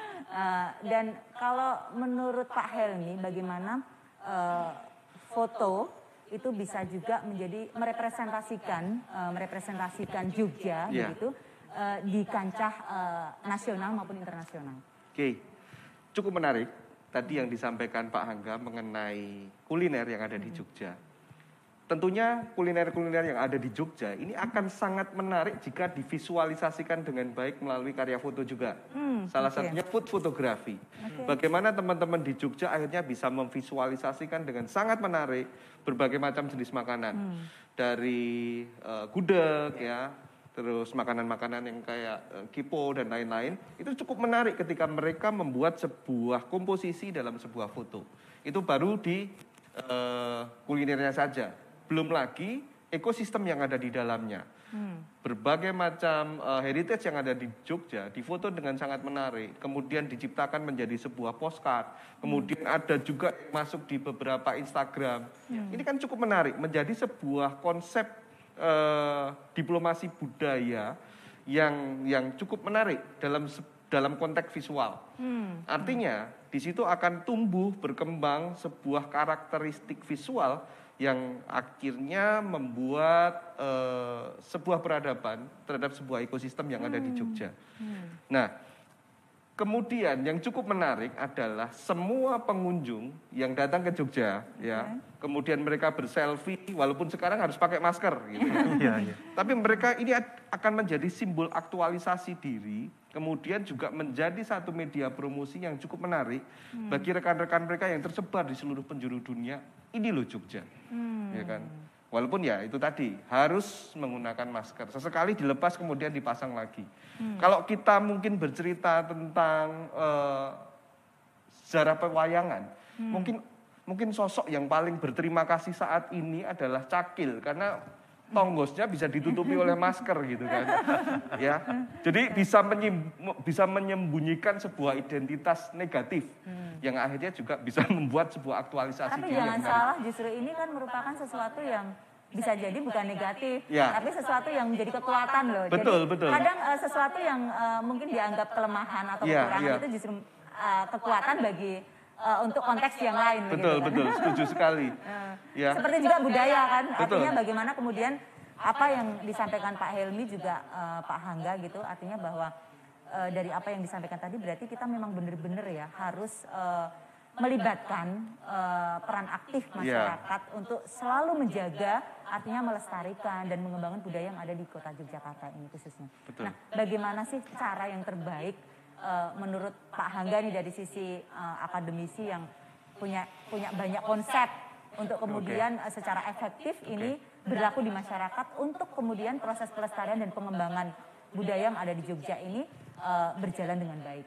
uh, dan kalau menurut Pak Helmi, bagaimana uh, foto itu bisa juga menjadi merepresentasikan, uh, merepresentasikan Jogja, yeah. begitu, uh, di kancah uh, nasional maupun internasional. Oke, okay. Cukup menarik tadi yang disampaikan Pak Hangga mengenai kuliner yang ada di Jogja. Tentunya kuliner-kuliner yang ada di Jogja ini akan sangat menarik jika divisualisasikan dengan baik melalui karya foto juga. Hmm, Salah okay. satunya food fotografi. Okay. Bagaimana teman-teman di Jogja akhirnya bisa memvisualisasikan dengan sangat menarik berbagai macam jenis makanan. Hmm. Dari uh, gudeg ya, terus makanan-makanan yang kayak uh, kipo dan lain-lain. Itu cukup menarik ketika mereka membuat sebuah komposisi dalam sebuah foto. Itu baru di uh, kulinernya saja. Belum lagi ekosistem yang ada di dalamnya. Hmm. Berbagai macam uh, heritage yang ada di Jogja difoto dengan sangat menarik, kemudian diciptakan menjadi sebuah postcard, kemudian hmm. ada juga masuk di beberapa Instagram. Hmm. Ini kan cukup menarik, menjadi sebuah konsep uh, diplomasi budaya yang yang cukup menarik dalam dalam konteks visual. Hmm. Artinya di situ akan tumbuh berkembang sebuah karakteristik visual yang akhirnya membuat uh, sebuah peradaban terhadap sebuah ekosistem yang ada di Jogja. Hmm. Nah, kemudian yang cukup menarik adalah semua pengunjung yang datang ke Jogja, okay. ya, kemudian mereka berselfie, walaupun sekarang harus pakai masker, gitu ya. Tapi mereka ini akan menjadi simbol aktualisasi diri, kemudian juga menjadi satu media promosi yang cukup menarik hmm. bagi rekan-rekan mereka yang tersebar di seluruh penjuru dunia. Ini loh Jogja, hmm. ya kan. Walaupun ya itu tadi harus menggunakan masker. Sesekali dilepas kemudian dipasang lagi. Hmm. Kalau kita mungkin bercerita tentang uh, sejarah pewayangan, hmm. mungkin mungkin sosok yang paling berterima kasih saat ini adalah Cakil karena tonggosnya bisa ditutupi oleh masker gitu kan. Ya. Jadi bisa menyem, bisa menyembunyikan sebuah identitas negatif hmm. yang akhirnya juga bisa membuat sebuah aktualisasi. Tapi jangan salah, justru ini kan merupakan sesuatu yang bisa jadi bukan negatif, ya. tapi sesuatu yang menjadi kekuatan loh. Betul, jadi betul. kadang uh, sesuatu yang uh, mungkin dianggap kelemahan atau ya, kekurangan ya. itu justru uh, kekuatan bagi uh, untuk konteks yang lain. Betul, begitu, betul, kan? setuju sekali. uh, ya. Seperti juga budaya kan, betul. artinya bagaimana kemudian apa yang disampaikan Pak Helmi juga uh, Pak Hangga gitu, artinya bahwa uh, dari apa yang disampaikan tadi berarti kita memang benar-benar ya harus uh, melibatkan uh, peran aktif masyarakat yeah. untuk selalu menjaga, artinya melestarikan dan mengembangkan budaya yang ada di kota Yogyakarta ini khususnya. Betul. Nah, bagaimana sih cara yang terbaik uh, menurut Pak Hangga nih dari sisi uh, akademisi yang punya punya banyak konsep untuk kemudian okay. secara efektif okay. ini berlaku di masyarakat untuk kemudian proses pelestarian dan pengembangan budaya yang ada di Jogja ini uh, berjalan dengan baik.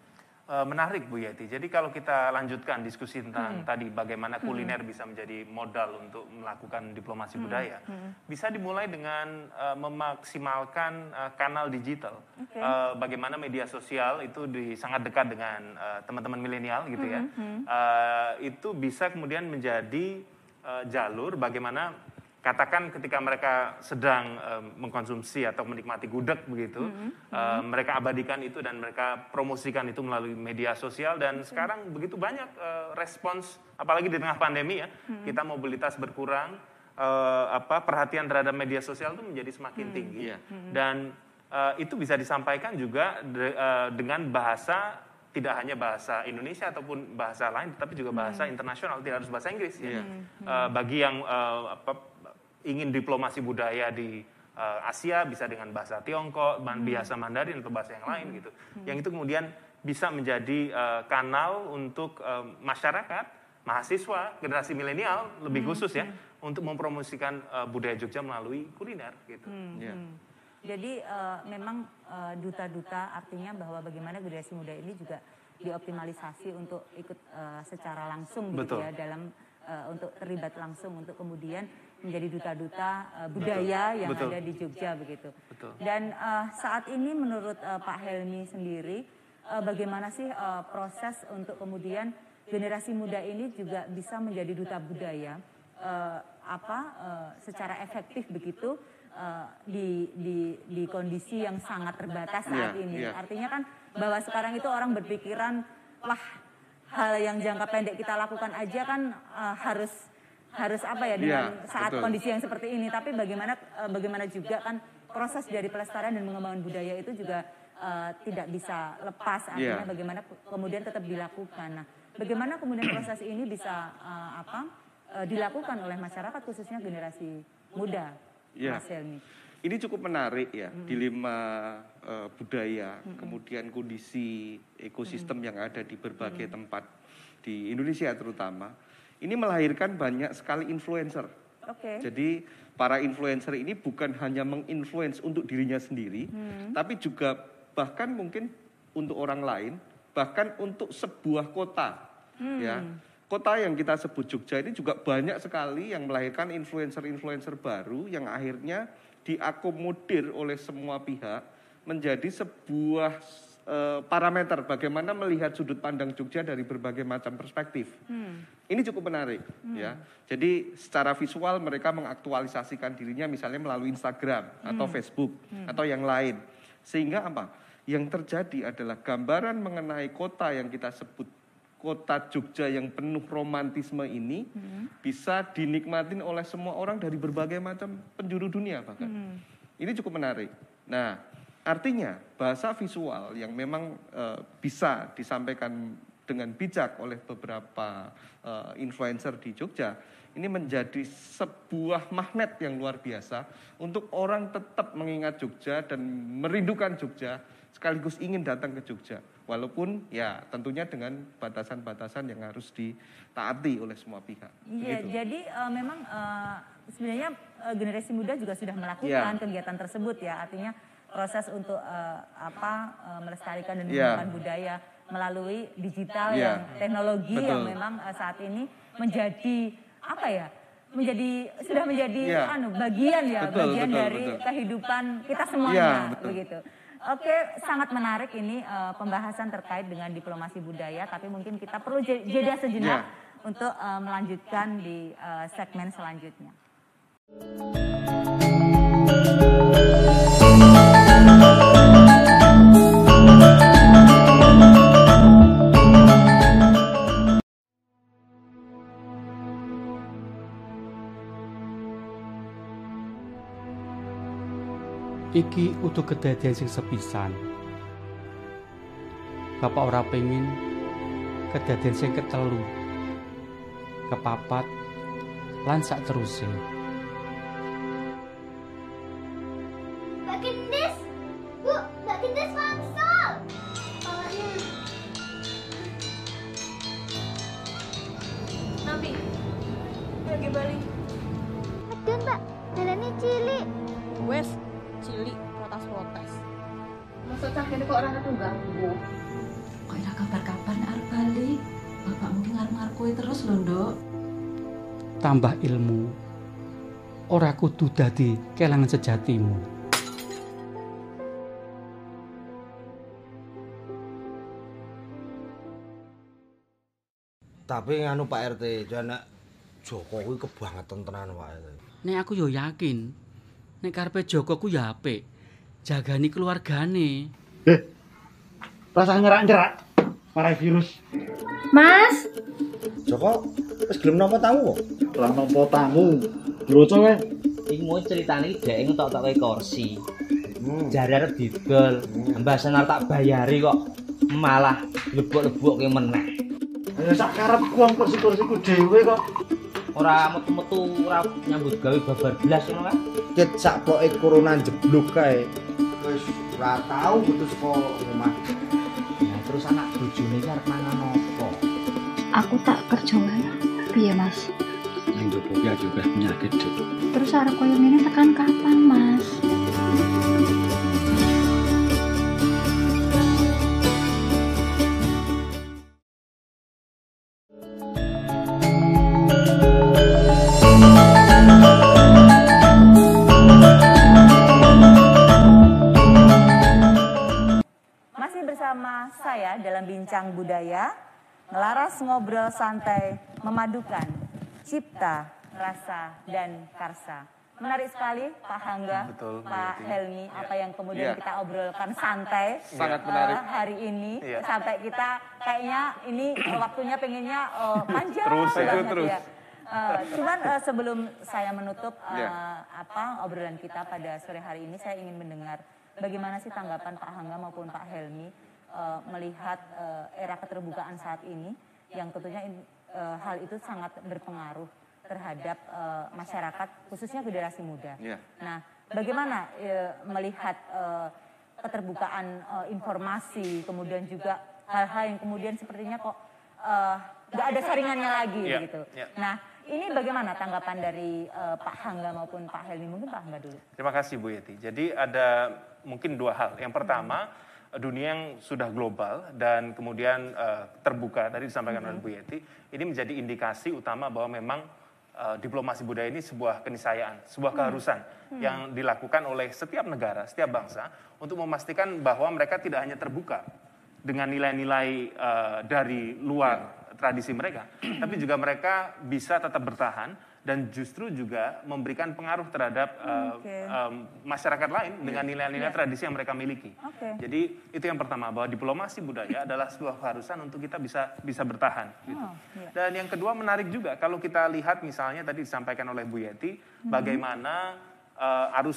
Menarik Bu Yeti. Jadi kalau kita lanjutkan diskusi tentang hmm. tadi bagaimana kuliner hmm. bisa menjadi modal untuk melakukan diplomasi hmm. budaya, hmm. bisa dimulai dengan uh, memaksimalkan uh, kanal digital. Okay. Uh, bagaimana media sosial itu di, sangat dekat dengan uh, teman-teman milenial gitu ya. Hmm. Uh, itu bisa kemudian menjadi uh, jalur bagaimana katakan ketika mereka sedang um, mengkonsumsi atau menikmati gudeg begitu, mm-hmm. uh, mereka abadikan itu dan mereka promosikan itu melalui media sosial dan mm-hmm. sekarang begitu banyak uh, respons, apalagi di tengah pandemi ya, mm-hmm. kita mobilitas berkurang, uh, apa perhatian terhadap media sosial itu menjadi semakin mm-hmm. tinggi mm-hmm. dan uh, itu bisa disampaikan juga de, uh, dengan bahasa tidak hanya bahasa Indonesia ataupun bahasa lain, tapi juga bahasa mm-hmm. internasional, tidak harus bahasa Inggris ya. Mm-hmm. Uh, bagi yang uh, apa ingin diplomasi budaya di uh, Asia bisa dengan bahasa Tiongkok, hmm. bahasa Mandarin atau bahasa yang lain hmm. gitu. Hmm. Yang itu kemudian bisa menjadi uh, kanal untuk uh, masyarakat, mahasiswa, generasi milenial lebih hmm. khusus ya hmm. untuk mempromosikan uh, budaya Jogja melalui kuliner gitu. Hmm. Yeah. Hmm. Jadi uh, memang uh, duta-duta artinya bahwa bagaimana generasi muda ini juga dioptimalisasi untuk ikut uh, secara langsung gitu ya dalam uh, untuk terlibat langsung untuk kemudian menjadi duta-duta uh, budaya Betul. yang Betul. ada di Jogja begitu. Betul. Dan uh, saat ini menurut uh, Pak Helmi sendiri, uh, bagaimana sih uh, proses untuk kemudian generasi muda ini juga bisa menjadi duta budaya uh, apa uh, secara efektif begitu uh, di, di di kondisi yang sangat terbatas saat yeah, ini. Yeah. Artinya kan bahwa sekarang itu orang berpikiran, wah hal yang jangka pendek kita lakukan aja kan uh, harus harus apa ya dengan ya, saat betul. kondisi yang seperti ini, tapi bagaimana uh, bagaimana juga kan proses dari pelestarian dan pengembangan budaya itu juga uh, tidak bisa lepas, artinya ya. bagaimana kemudian tetap dilakukan. Nah, bagaimana kemudian proses ini bisa uh, apa uh, dilakukan oleh masyarakat khususnya generasi muda, ya. Mas Helmi? Ini cukup menarik ya, hmm. dilema uh, budaya, hmm. kemudian kondisi ekosistem hmm. yang ada di berbagai hmm. tempat di Indonesia terutama. Ini melahirkan banyak sekali influencer. Okay. Jadi para influencer ini bukan hanya menginfluence untuk dirinya sendiri, hmm. tapi juga bahkan mungkin untuk orang lain, bahkan untuk sebuah kota. Hmm. Ya, kota yang kita sebut Jogja ini juga banyak sekali yang melahirkan influencer-influencer baru yang akhirnya diakomodir oleh semua pihak menjadi sebuah uh, parameter bagaimana melihat sudut pandang Jogja dari berbagai macam perspektif. Hmm. Ini cukup menarik, hmm. ya. Jadi secara visual mereka mengaktualisasikan dirinya misalnya melalui Instagram hmm. atau Facebook hmm. atau yang lain. Sehingga apa? Yang terjadi adalah gambaran mengenai kota yang kita sebut kota Jogja yang penuh romantisme ini hmm. bisa dinikmatin oleh semua orang dari berbagai macam penjuru dunia bahkan. Hmm. Ini cukup menarik. Nah, artinya bahasa visual yang memang uh, bisa disampaikan dengan bijak oleh beberapa uh, influencer di Jogja, ini menjadi sebuah magnet yang luar biasa untuk orang tetap mengingat Jogja dan merindukan Jogja, sekaligus ingin datang ke Jogja. Walaupun ya tentunya dengan batasan-batasan yang harus ditaati oleh semua pihak. Iya, begitu. jadi uh, memang uh, sebenarnya uh, generasi muda juga sudah melakukan ya. kegiatan tersebut ya. Artinya proses untuk uh, apa uh, melestarikan dan ya. mengembangkan budaya melalui digital ya. yang teknologi Betul. yang memang uh, saat ini menjadi apa ya? menjadi sudah menjadi ya. anu bagian ya, betul, bagian betul, dari betul. kehidupan kita semuanya ya, betul. begitu. Oke, sangat menarik ini uh, pembahasan terkait dengan diplomasi budaya, tapi mungkin kita perlu jeda sejenak yeah. untuk uh, melanjutkan di uh, segmen selanjutnya. Iki utuh kedadian sing sepisan. Bapak ora pengin kedadian sing ketelu, kepapat, lan sak teruse. Mbak Gendis! Bu, Mbak Gendis wangsul! Awalnya. Nabi, lagi balik. Aduh mbak, jalannya cilik. Wes, cilik protes-protes. Maksud sakit kok orang itu ganggu? Kok ora kabar-kabar nek arep balik? Bapak mungkin ngarep-ngarep kowe terus lho, Nduk. Tambah ilmu. Ora kudu dadi kelangan sejatimu. Tapi nganu Pak R T, jane Jokowi kebangetan tenan Pak R T. Nek aku yo yakin, nek karepe Joko ku ya apik. Jagani keluargane. Eh. Rasa nyerak-nyerak. Marai virus. Mas. Joko, wis gelem nampa tamu kok? Ora nampa tamu. Diwoco wae. Iki mau ceritane iki dhek ngetok-tokke kursi. Hmm. Jare arep didol. Ambasan arep tak bayari kok. Malah lebok-lebokke meneh. Ya sak karepku wong kursi-kursiku dhewe kok. Ora metu-metu ora nyambut gawe babar blas ngono kan? Ket sak poke corona jeblok kae. Wis ora tau putus sekolah omah. Nah, terus anak bojone iki arep mangan opo? Aku tak kerja wae. Piye, Mas? Ning Jokowi juga penyakit, Dek. Terus arep koyo ngene tekan kapan, Mas? Bersama saya dalam Bincang Budaya, ngelaras ngobrol santai, memadukan cipta, rasa, dan karsa. Menarik sekali Pak Hangga, Betul, Pak betul. Helmi, Ya. apa yang kemudian Ya. kita obrolkan santai Sangat uh, menarik. hari ini. Ya. Sampai kita kayaknya ini waktunya pengennya uh, panjang Terus, itu banget terus. ya. Uh, cuman uh, sebelum saya menutup uh, Ya. apa obrolan kita pada sore hari ini, saya ingin mendengar bagaimana sih tanggapan Pak Hangga maupun Pak Helmi uh, melihat uh, era keterbukaan saat ini, yang tentunya uh, hal itu sangat berpengaruh terhadap uh, masyarakat, khususnya generasi muda. Yeah. Nah, bagaimana uh, melihat uh, keterbukaan uh, informasi, kemudian juga hal-hal yang kemudian sepertinya kok nggak uh, ada saringannya lagi Yeah. gitu. Yeah. Nah, ini bagaimana tanggapan dari uh, Pak Hangga maupun Pak Helmi? Mungkin Pak Hangga dulu. Terima kasih Bu Yeti. Jadi ada mungkin dua hal. Yang pertama, dunia yang sudah global dan kemudian uh, terbuka, tadi disampaikan oleh Bu Yeti, ini menjadi indikasi utama bahwa memang uh, diplomasi budaya ini sebuah keniscayaan, sebuah keharusan hmm. yang dilakukan oleh setiap negara, setiap bangsa untuk memastikan bahwa mereka tidak hanya terbuka dengan nilai-nilai uh, dari luar tradisi mereka, tapi juga mereka bisa tetap bertahan dan justru juga memberikan pengaruh terhadap uh, okay. um, masyarakat lain dengan nilai-nilai Yeah. tradisi yang mereka miliki. Okay. Jadi itu yang pertama, bahwa diplomasi budaya adalah sebuah keharusan untuk kita bisa bisa bertahan. Gitu. Oh, yeah. Dan yang kedua menarik juga kalau kita lihat misalnya tadi disampaikan oleh Bu Yeti, Mm-hmm. bagaimana uh, arus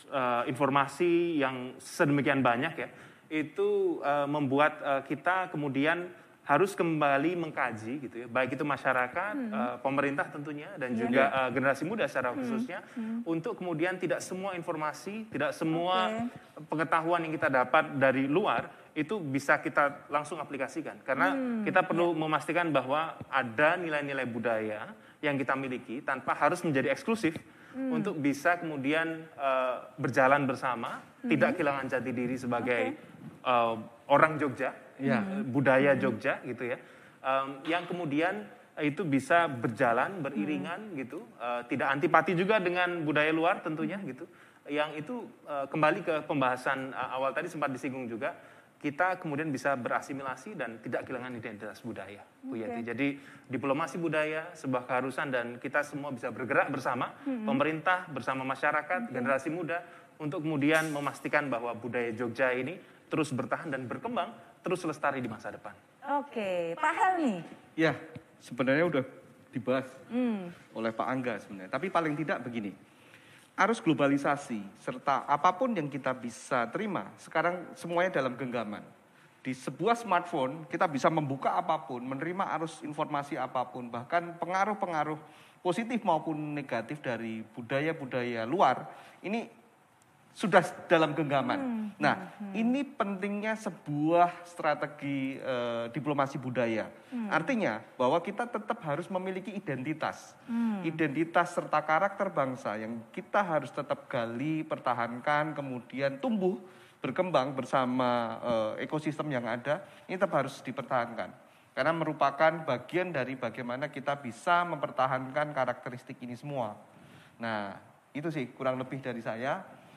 uh, informasi yang sedemikian banyak ya, itu uh, membuat uh, kita kemudian harus kembali mengkaji gitu ya, baik itu masyarakat, hmm. uh, pemerintah tentunya, dan yeah. juga uh, generasi muda secara khususnya, hmm. Hmm. untuk kemudian tidak semua informasi, tidak semua okay. pengetahuan yang kita dapat dari luar itu bisa kita langsung aplikasikan, karena hmm. kita perlu yeah. memastikan bahwa ada nilai-nilai budaya yang kita miliki tanpa harus menjadi eksklusif hmm. untuk bisa kemudian uh, berjalan bersama, hmm. tidak kehilangan jati diri sebagai okay. uh, orang Jogja. Ya, budaya Jogja gitu ya, um, yang kemudian itu bisa berjalan beriringan hmm. gitu, uh, tidak antipati juga dengan budaya luar tentunya gitu, yang itu uh, kembali ke pembahasan uh, awal tadi sempat disinggung juga, kita kemudian bisa berasimilasi dan tidak kehilangan identitas budaya, Bu Yeti. Okay. Jadi diplomasi budaya sebuah keharusan dan kita semua bisa bergerak bersama, hmm. pemerintah bersama masyarakat, okay. generasi muda, untuk kemudian memastikan bahwa budaya Jogja ini terus bertahan dan berkembang, terus lestari di masa depan. Oke, Pak Helmi. Ya, sebenarnya udah dibahas hmm. oleh Pak Angga sebenarnya. Tapi paling tidak begini, arus globalisasi serta apapun yang kita bisa terima, sekarang semuanya dalam genggaman. Di sebuah smartphone, kita bisa membuka apapun, menerima arus informasi apapun, bahkan pengaruh-pengaruh positif maupun negatif dari budaya-budaya luar, ini sudah dalam genggaman. Hmm, nah, hmm, hmm. ini pentingnya sebuah strategi uh, diplomasi budaya. Hmm. Artinya bahwa kita tetap harus memiliki identitas. Hmm. Identitas serta karakter bangsa yang kita harus tetap gali, pertahankan, kemudian tumbuh, berkembang bersama uh, ekosistem yang ada, ini tetap harus dipertahankan. Karena merupakan bagian dari bagaimana kita bisa mempertahankan karakteristik ini semua. Nah, itu sih kurang lebih dari saya.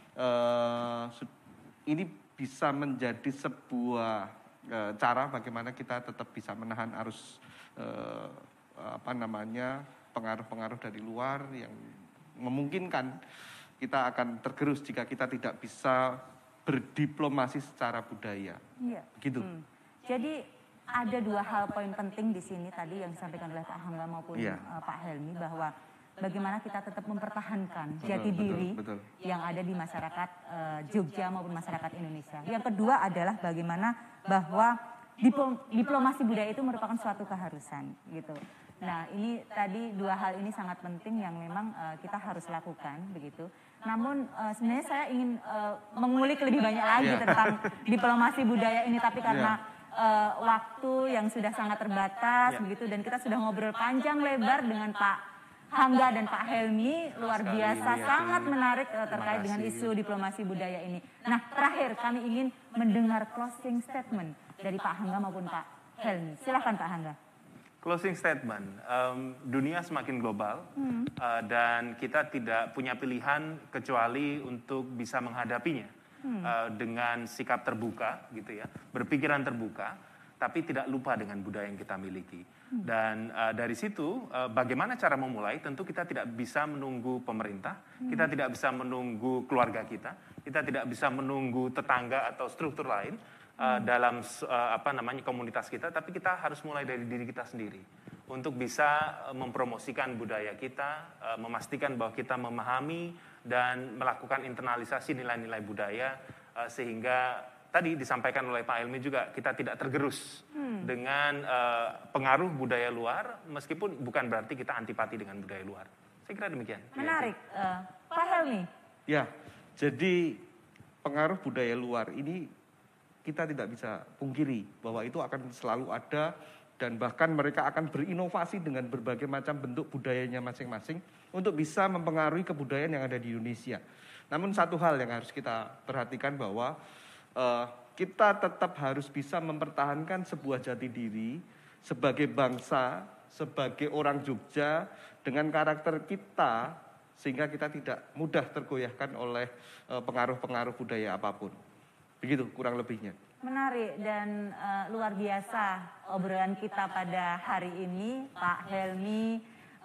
Uh, ini bisa menjadi sebuah uh, cara bagaimana kita tetap bisa menahan arus uh, apa namanya pengaruh-pengaruh dari luar yang memungkinkan kita akan tergerus jika kita tidak bisa berdiplomasi secara budaya. Iya. Begitu. Hmm. Jadi ada dua hal poin penting di sini tadi yang disampaikan oleh Pak Angga maupun iya. uh, Pak Helmi, bahwa bagaimana kita tetap mempertahankan betul, jati diri betul, betul. yang ada di masyarakat uh, Jogja maupun masyarakat Indonesia. Yang kedua adalah bagaimana bahwa diplom, diplomasi budaya itu merupakan suatu keharusan gitu. Nah, ini tadi dua hal ini sangat penting yang memang uh, kita harus lakukan begitu. Namun uh, sebenarnya saya ingin uh, mengulik lebih banyak lagi yeah. tentang diplomasi budaya ini, tapi karena yeah. uh, waktu yang sudah sangat terbatas yeah. begitu, dan kita sudah ngobrol panjang lebar dengan Pak Angga dan Pak Helmi, luar Sekali, biasa, ya, sangat ya. menarik uh, terkait dengan isu diplomasi budaya ini. Nah, terakhir kami ingin mendengar closing statement dari Pak Angga maupun Pak Helmi. Silakan Pak Angga. Closing statement, um, dunia semakin global hmm. uh, dan kita tidak punya pilihan kecuali untuk bisa menghadapinya hmm. uh, dengan sikap terbuka, gitu ya, berpikiran terbuka, tapi tidak lupa dengan budaya yang kita miliki. Dan uh, dari situ uh, bagaimana cara memulai, tentu kita tidak bisa menunggu pemerintah, hmm. kita tidak bisa menunggu keluarga kita, kita tidak bisa menunggu tetangga atau struktur lain uh, hmm. dalam uh, apa namanya komunitas kita, tapi kita harus mulai dari diri kita sendiri untuk bisa uh, mempromosikan budaya kita, uh, memastikan bahwa kita memahami dan melakukan internalisasi nilai-nilai budaya uh, sehingga tadi disampaikan oleh Pak Helmi juga, kita tidak tergerus hmm. dengan uh, pengaruh budaya luar, meskipun bukan berarti kita antipati dengan budaya luar. Saya kira demikian. Menarik. Uh, Pak Helmi. Ya, jadi pengaruh budaya luar ini kita tidak bisa pungkiri bahwa itu akan selalu ada, dan bahkan mereka akan berinovasi dengan berbagai macam bentuk budayanya masing-masing untuk bisa mempengaruhi kebudayaan yang ada di Indonesia. Namun satu hal yang harus kita perhatikan bahwa Uh, kita tetap harus bisa mempertahankan sebuah jati diri sebagai bangsa, sebagai orang Jogja dengan karakter kita, sehingga kita tidak mudah tergoyahkan oleh uh, pengaruh-pengaruh budaya apapun. Begitu kurang lebihnya. Menarik dan uh, luar biasa obrolan kita pada hari ini, Pak Helmi,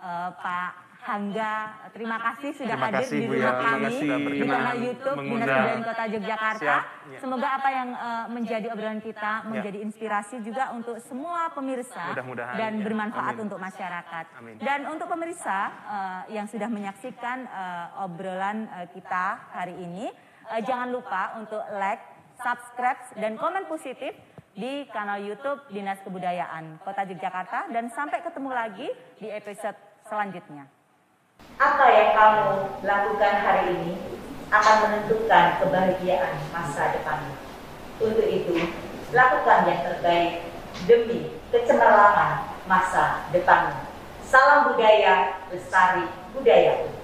uh, Pak Hangga, terima kasih sudah terima hadir kasih, di Bu, rumah ya. kami di channel YouTube Dinas Kebudayaan Kota Yogyakarta. Siap, ya. Semoga apa yang uh, menjadi obrolan kita ya. menjadi inspirasi juga untuk semua pemirsa dan ya. bermanfaat Amin. untuk masyarakat. Amin. Dan untuk pemirsa uh, yang sudah menyaksikan uh, obrolan uh, kita hari ini, uh, jangan lupa untuk like, subscribe, dan komen positif di kanal YouTube Dinas Kebudayaan Kota Yogyakarta, dan sampai ketemu lagi di episode selanjutnya. Apa yang kamu lakukan hari ini akan menentukan kebahagiaan masa depanmu. Untuk itu, lakukan yang terbaik demi kecemerlangan masa depanmu. Salam budaya, lestari budaya.